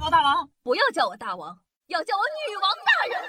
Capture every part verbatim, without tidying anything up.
我大王， 不要叫我大王，要叫我女王大人。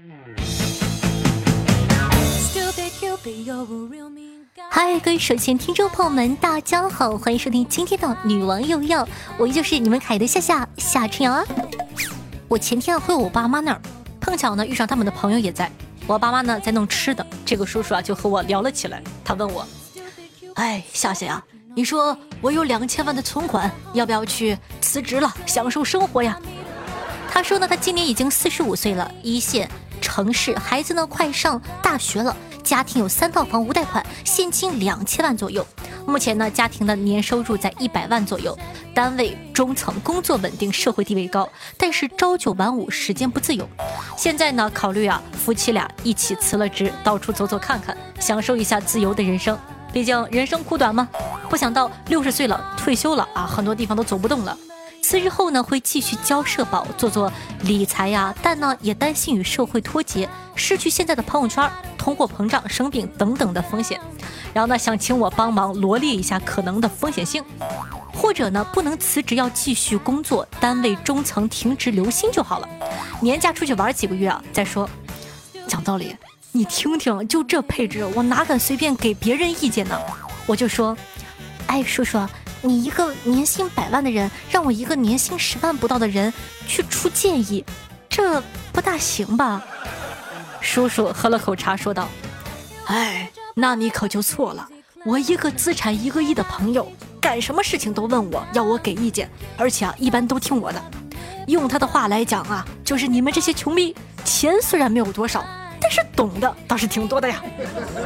嗨，各位手机听众朋友们，大家好，欢迎收听今天的女王又要，我依旧是你们凯的夏夏夏春瑶啊。我前天啊回我爸妈那儿，碰巧呢遇上他们的朋友也在，我爸妈呢在弄吃的，这个叔叔啊就和我聊了起来，他问我，哎，夏夏呀，你说我有两千万的存款，要不要去辞职了，享受生活呀？他说呢，他今年已经四十五岁了，一线城市，孩子呢快上大学了，家庭有三套房无贷款，现金两千万左右。目前呢，家庭的年收入在一百万左右，单位中层，工作稳定，社会地位高，但是朝九晚五，时间不自由。现在呢，考虑啊，夫妻俩一起辞了职，到处走走看看，享受一下自由的人生。毕竟人生苦短嘛，不想到六十岁了退休了啊，很多地方都走不动了。辞职后呢，会继续交社保，做做理财呀，但呢也担心与社会脱节，失去现在的朋友圈，通货膨胀、生病等等的风险。然后呢，想请我帮忙罗列一下可能的风险性，或者呢不能辞职要继续工作，单位中层停职留薪就好了，年假出去玩几个月啊再说。讲道理，你听听，就这配置，我哪敢随便给别人意见呢？我就说，哎，叔叔，你一个年薪百万的人，让我一个年薪十万不到的人去出建议，这不大行吧？叔叔喝了口茶说道，哎，那你可就错了，我一个资产一个亿的朋友，干什么事情都问我，要我给意见，而且啊一般都听我的。用他的话来讲啊，就是你们这些穷逼，钱虽然没有多少，但是懂的倒是挺多的呀。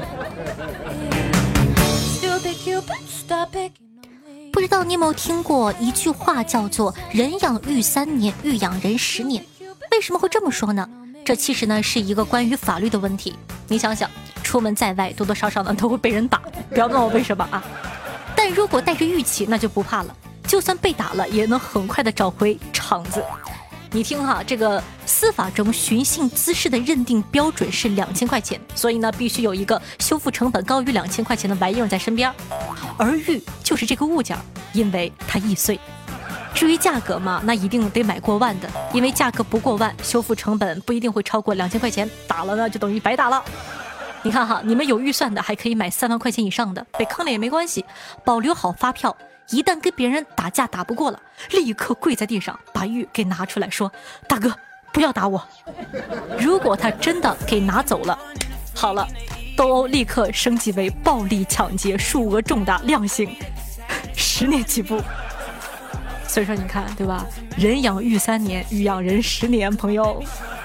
不知道你有没有听过一句话，叫做人养育三年，育养人十年。为什么会这么说呢？这其实呢是一个关于法律的问题。你想想，出门在外，多多少少呢都会被人打，不要问我为什么啊。但如果带着玉器，那就不怕了，就算被打了，也能很快的找回场子。你听哈，这个司法中寻衅滋事的认定标准是两千块钱，所以呢，必须有一个修复成本高于两千块钱的玩意儿在身边，而玉就是这个物件，因为它易碎。至于价格嘛，那一定得买过万的，因为价格不过万，修复成本不一定会超过两千块钱，打了呢就等于白打了。你看哈，你们有预算的还可以买三万块钱以上的，被坑了也没关系，保留好发票。一旦跟别人打架打不过了，立刻跪在地上，把玉给拿出来说，大哥不要打我。如果他真的给拿走了，好了，斗殴立刻升级为暴力抢劫，数额重大，量刑十年起步。所以说你看对吧，人养育三年，育养人十年，朋友。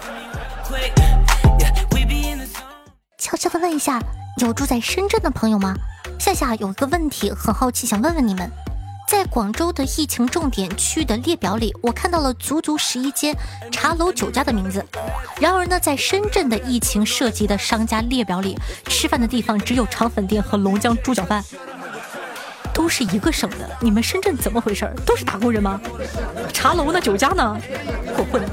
悄悄的问一下，有住在深圳的朋友吗？夏夏有一个问题很好奇，想问问你们，在广州的疫情重点区域的列表里，我看到了足足十一间茶楼酒家的名字。然而呢，在深圳的疫情涉及的商家列表里，吃饭的地方只有肠粉店和龙江猪脚饭。都是一个省的，你们深圳怎么回事？都是打工人吗？茶楼呢？酒家呢？混混。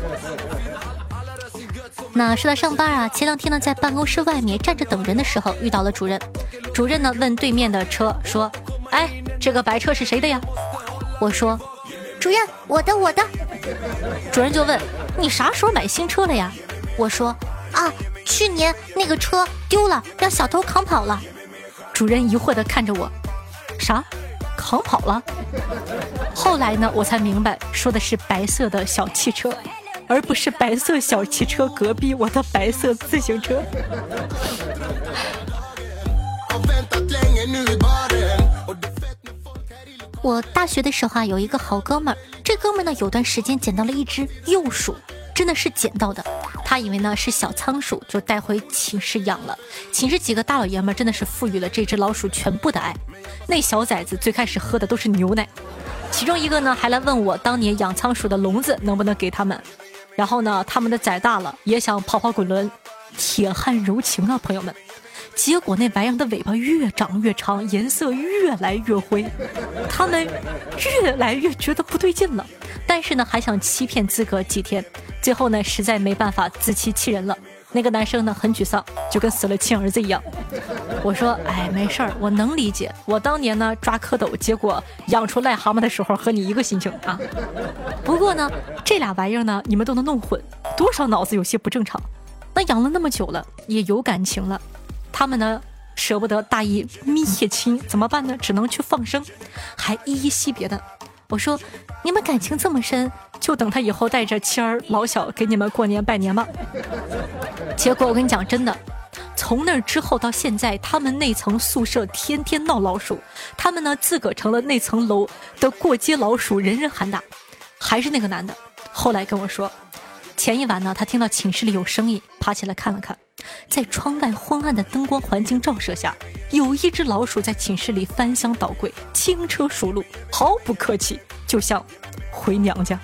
那说到上班啊，前两天呢，在办公室外面站着等人的时候，遇到了主任。主任呢问对面的车说：“哎，这个白车是谁的呀？”我说：“主任，我的，我的。”主任就问：“你啥时候买新车了呀？”我说：“啊，去年那个车丢了，让小偷扛跑了。”主任疑惑地看着我。啥？扛跑了？后来呢，我才明白说的是白色的小汽车，而不是白色小汽车隔壁我的白色自行车。我大学的时候啊，有一个好哥们儿，这哥们儿呢有段时间捡到了一只幼鼠，真的是捡到的。他以为呢是小仓鼠，就带回寝室养了。寝室几个大老爷们真的是赋予了这只老鼠全部的爱。那小崽子最开始喝的都是牛奶，其中一个呢还来问我当年养仓鼠的笼子能不能给他们。然后呢，他们的崽大了，也想跑跑滚轮，铁汉柔情啊，朋友们。结果那玩意儿的尾巴越长越长，颜色越来越灰，他们越来越觉得不对劲了，但是呢还想欺骗自个几天，最后呢实在没办法自欺欺人了。那个男生呢很沮丧，就跟死了亲儿子一样。 我说哎，没事儿，我能理解。我当年呢抓蝌蚪，结果养出癞蛤蟆的时候和你一个心情啊。不过呢，这俩玩意儿呢，你们都能弄混，多少脑子有些不正常。那养了那么久了，也有感情了，他们呢舍不得大义灭亲，怎么办呢？只能去放生，还一一惜别的。我说你们感情这么深，就等他以后带着妻儿老小给你们过年拜年吧。结果我跟你讲，真的。从那之后到现在，他们那层宿舍天天闹老鼠，他们呢自个成了那层楼的过街老鼠，人人喊打。还是那个男的，后来跟我说，前一晚呢，他听到寝室里有声音，爬起来看了看，在窗外昏暗的灯光环境照射下，有一只老鼠在寝室里翻箱倒柜，轻车熟路，毫不客气，就像回娘家。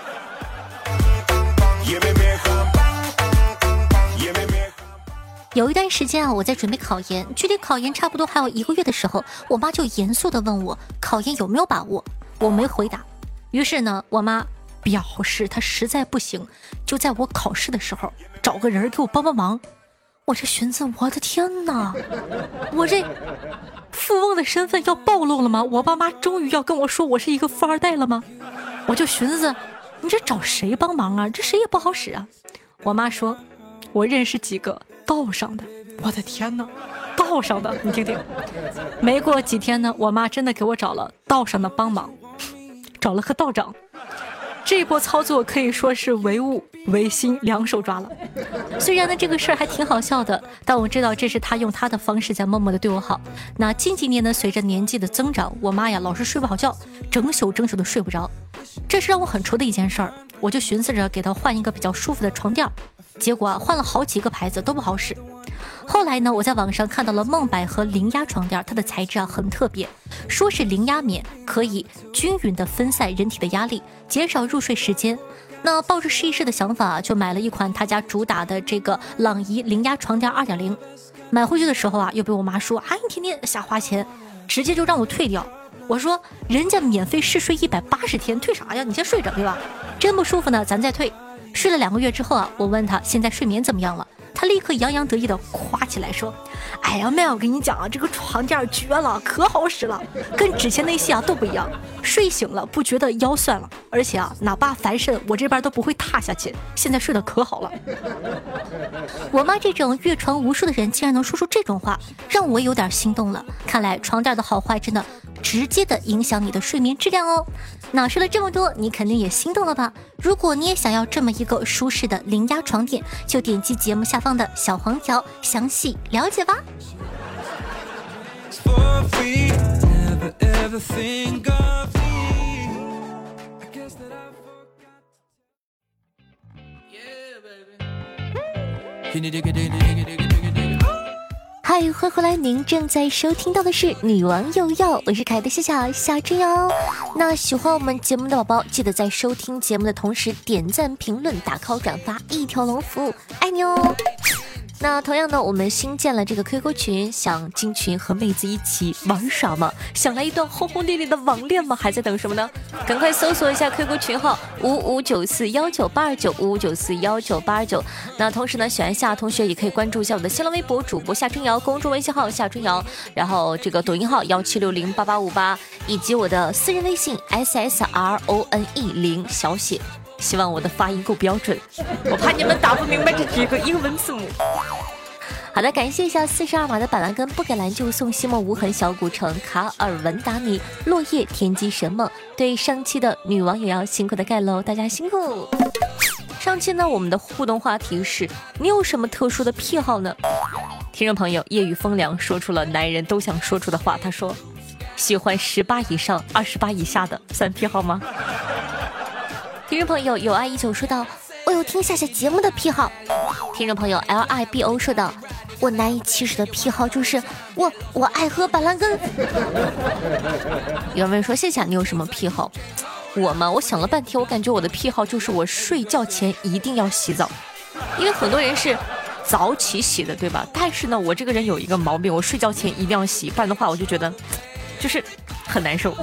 有一段时间啊，我在准备考研，距离考研差不多还有一个月的时候，我妈就严肃地问我考研有没有把握，我没回答。于是呢，我妈表示她实在不行，就在我考试的时候找个人给我帮帮忙。我这寻思，我的天哪，我这富翁的身份要暴露了吗？我爸妈终于要跟我说我是一个富二代了吗？我就寻思，你这找谁帮忙啊？这谁也不好使啊。我妈说，我认识几个道上的。我的天哪，道上的，你听听。没过几天呢，我妈真的给我找了道上的帮忙，找了个道长。这波操作可以说是唯物唯心两手抓了。虽然呢这个事儿还挺好笑的，但我知道这是他用他的方式在默默的对我好。那近几年呢，随着年纪的增长，我妈呀老是睡不好觉，整宿整宿的睡不着，这是让我很愁的一件事儿。我就寻思着给她换一个比较舒服的床垫，结果啊换了好几个牌子都不好使。后来呢，我在网上看到了梦百合零压床垫，它的材质啊很特别，说是零压棉，可以均匀的分散人体的压力，减少入睡时间。那抱着试一试的想法，就买了一款他家主打的这个朗仪零压床垫 二点零。买回去的时候啊，又被我妈说，啊你天天瞎花钱，直接就让我退掉。我说人家免费试睡一百八十天，退啥呀？你先睡着对吧？真不舒服呢，咱再退。睡了两个月之后啊，我问他现在睡眠怎么样了，他立刻洋洋得意的夸起来说，哎呀妹，我跟你讲啊，这个床垫绝了，可好使了，跟之前那些啊都不一样，睡醒了不觉得腰酸了，而且啊哪怕翻身我这边都不会塌下去，现在睡得可好了。我妈这种阅床无数的人竟然能说出这种话，让我有点心动了。看来床垫的好坏真的直接的影响你的睡眠质量哦。那说了这么多，你肯定也心动了吧？如果你也想要这么一个舒适的零压床垫，就点击节目下方的小黄条详细了解吧。嗨，欢迎回来！您正在收听到的是《女王又要》，我是凯的夏夏夏春瑶。那喜欢我们节目的宝宝，记得在收听节目的同时点赞、评论、打 call、转发，一条龙服务，爱你哦！那同样呢，我们新建了这个 Q Q 群，想进群和妹子一起玩耍吗？想来一段轰轰烈烈的网恋吗？还在等什么呢？赶快搜索一下 Q Q 群号五五九四幺九八二九五五九四幺九八二九。那同时呢，喜欢夏同学也可以关注一下我的新浪微博主播夏春瑶，公众微信号夏春瑶，然后这个抖音号幺七六零八八五八，以及我的私人微信 S S R O N E 零小写。希望我的发音够标准，我怕你们打不明白这几个英文字母。好的，感谢一下四十二码的板蓝根不给蓝就送西莫无痕小古城卡尔文达尼落叶天机神梦。对上期的女网友要辛苦的盖楼，大家辛苦。上期呢，我们的互动话题是你有什么特殊的癖好呢？听众朋友夜雨风凉说出了男人都想说出的话，他说喜欢十八以上二十八以下的算癖好吗？听众朋友有爱依旧说道，我有听夏夏节目的癖好。听众朋友 L I B O 说道，我难以启齿的癖好就是我我爱喝板蓝根。有人问说夏夏你有什么癖好？我嘛，我想了半天，我感觉我的癖好就是我睡觉前一定要洗澡，因为很多人是早起洗的，对吧？但是呢，我这个人有一个毛病，我睡觉前一定要洗，不然的话我就觉得就是很难受。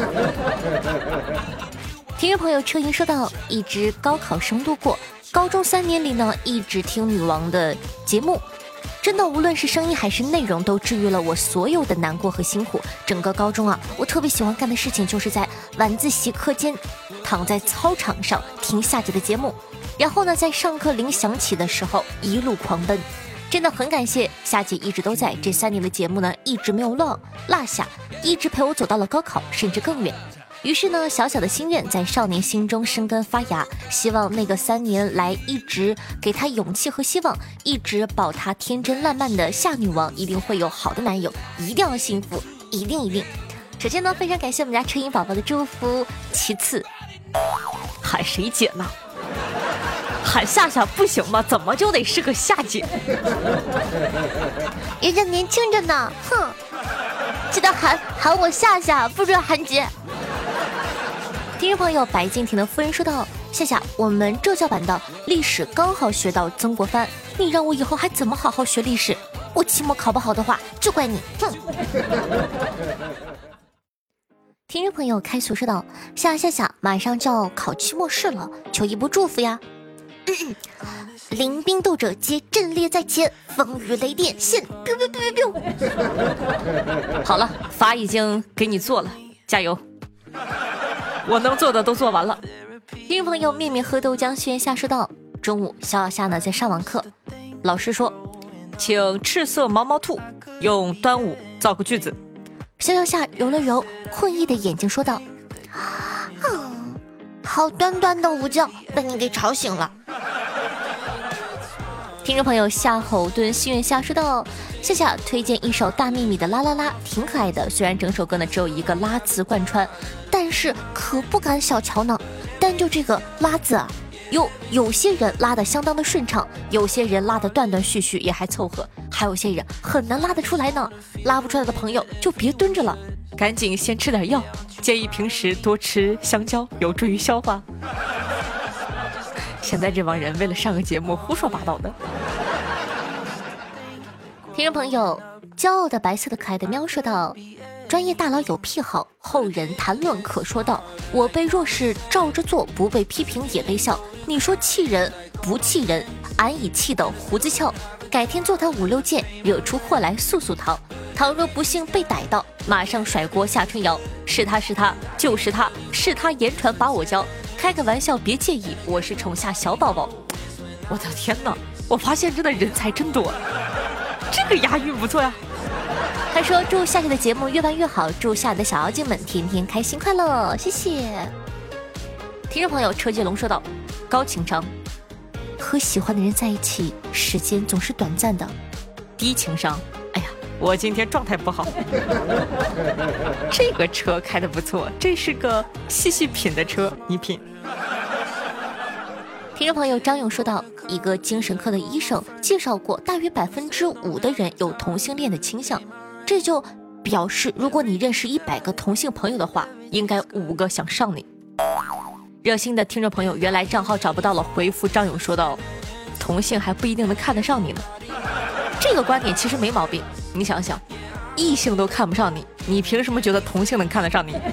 听众朋友车银说到，一直高考生度过，高中三年里呢，一直听女王的节目， 真的，无论是声音还是内容，都治愈了我所有的难过和辛苦。整个高中啊，我特别喜欢干的事情就是在晚自习课间躺在操场上听夏姐的节目，然后呢，在上课铃响起的时候一路狂奔。真的很感谢夏姐一直都在，这三年的节目呢一直没有落落下，一直陪我走到了高考，甚至更远。于是呢，小小的心愿在少年心中生根发芽，希望那个三年来一直给他勇气和希望，一直保他天真烂漫的夏女王一定会有好的男友，一定要幸福，一定一定。首先呢，非常感谢我们家车音宝宝的祝福，其次喊谁姐呢？喊夏夏不行吗？怎么就得是个夏姐？人家年轻着呢，哼！记得喊喊我夏夏，不准喊姐。听众朋友白敬亭的夫人说道：夏夏，我们浙教版的历史刚好学到曾国藩，你让我以后还怎么好好学历史？我期末考不好的话，就怪你，哼！听众朋友开俗说道：夏夏夏，马上就要考期末试了，求一波祝福呀！嗯、临兵斗者皆阵列在前，风雨雷电现 biu biu biu biu biu。好了，法已经给你做了，加油！我能做的都做完了。听众朋友面面喝豆浆轩下说道：中午小小夏呢在上完课，老师说请赤色毛毛兔用端午造个句子。小小夏揉了揉困意的眼睛说道：嗯，好端端的午觉被你给吵醒了。听众朋友夏侯惇心愿下说道：夏夏推荐一首大幂幂的啦啦啦，挺可爱的，虽然整首歌呢只有一个拉字贯穿，但是可不敢小瞧呢。但就这个拉字啊，有有些人拉得相当的顺畅，有些人拉得断断续续也还凑合，还有些人很难拉得出来呢。拉不出来的朋友就别蹲着了，赶紧先吃点药，建议平时多吃香蕉，有助于消化。现在这帮人为了上个节目胡说八道的。听众朋友骄傲的白色的可爱的喵说道：专业大佬有癖好，后人谈论可说道，我辈若是照着做，不被批评也被笑，你说气人不气人，俺已气得胡子翘，改天做他五六件，惹出祸来速速逃，倘若不幸被逮到，马上甩锅下春瑶，是他是他就是他，是他言传把我教，开个玩笑别介意，我是宠下小宝宝。我的天哪，我发现真的人才真多，这个押韵不错呀。他说祝夏夏的节目越办越好，祝夏的小妖精们天天开心快乐，谢谢。听众朋友车接龙说道：高情商，和喜欢的人在一起时间总是短暂的。低情商，哎呀我今天状态不好。这个车开得不错，这是个细细品的车，你品。听众朋友张勇说道：一个精神科的医生介绍过，大约百分之五的人有同性恋的倾向，这就表示如果你认识一百个同性朋友的话，应该五个想上你。热心的听众朋友原来账号找不到了，回复张勇说道：同性还不一定能看得上你呢。这个观点其实没毛病，你想想，异性都看不上你，你凭什么觉得同性能看得上你？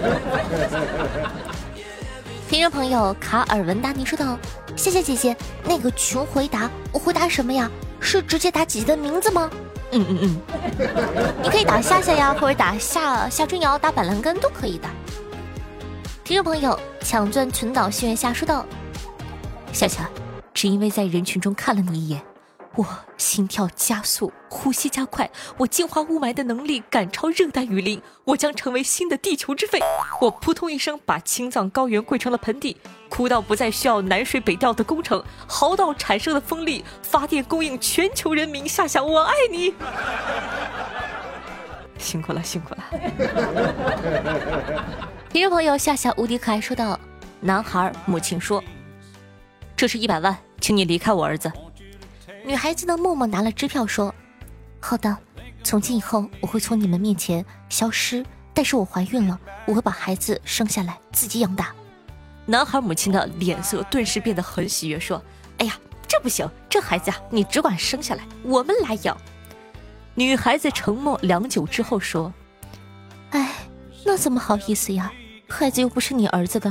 听众朋友卡尔文达尼说道：谢谢姐姐，那个群回答我回答什么呀？是直接打姐姐的名字吗？嗯嗯嗯，你可以打夏夏呀，或者打夏夏春瑶，打板蓝根都可以的。听众朋友抢钻存档心愿下说道：夏夏，只因为在人群中看了你一眼，我心跳加速，呼吸加快，我净化雾霾的能力赶超热带雨林，我将成为新的地球之肺，我扑通一声把青藏高原跪成了盆地，哭到不再需要南水北调的工程，嚎到产生的风力发电供应全球人民，夏夏我爱你。辛苦了辛苦了。听众朋友夏夏无敌可爱说道：男孩母亲说，这是一百万，请你离开我儿子。女孩子呢默默拿了支票说，好的，从今以后我会从你们面前消失，但是我怀孕了，我会把孩子生下来自己养大。男孩母亲的脸色顿时变得很喜悦，说，哎呀这不行，这孩子啊你只管生下来，我们来养。女孩子沉默良久之后说，哎，那怎么好意思呀，孩子又不是你儿子的。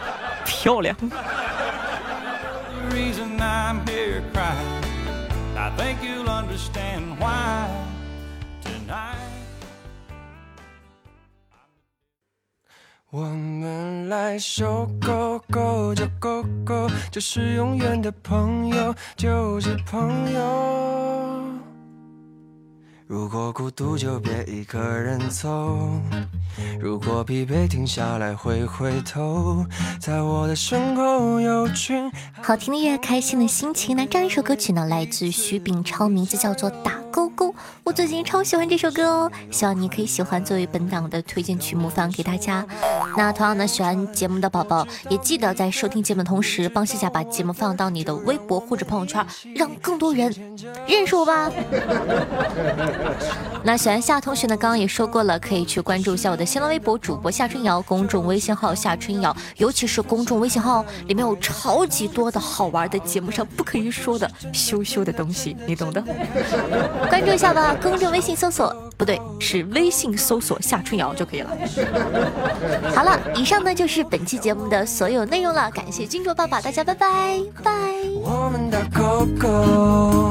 漂亮。 think you'll understand why tonight. 我们来手勾勾就勾勾，就是永远的朋友，就是朋友。如果孤独就别一个人走，如果疲惫停下来回回头，在我的身后有群好听的乐，开心的心情。那这样一首歌曲呢，来自徐秉超，名字叫做打勾勾。我最近超喜欢这首歌哦，希望你可以喜欢，作为本档的推荐曲目放给大家。那同样呢，喜欢节目的宝宝也记得在收听节目的同时，帮夏夏把节目放到你的微博或者朋友圈，让更多人认识我吧。那喜欢夏同学呢，刚刚也说过了，可以去关注一下我的新浪微博主播夏春瑶，公众微信号夏春瑶，尤其是公众微信号里面有超级多的好玩的节目上不可以说的羞羞的东西，你懂的。关注一下吧，公众微信搜索不对，是微信搜索夏春瑶就可以了。好了，以上呢就是本期节目的所有内容了，感谢君卓爸爸，大家拜拜拜。 我们的狗狗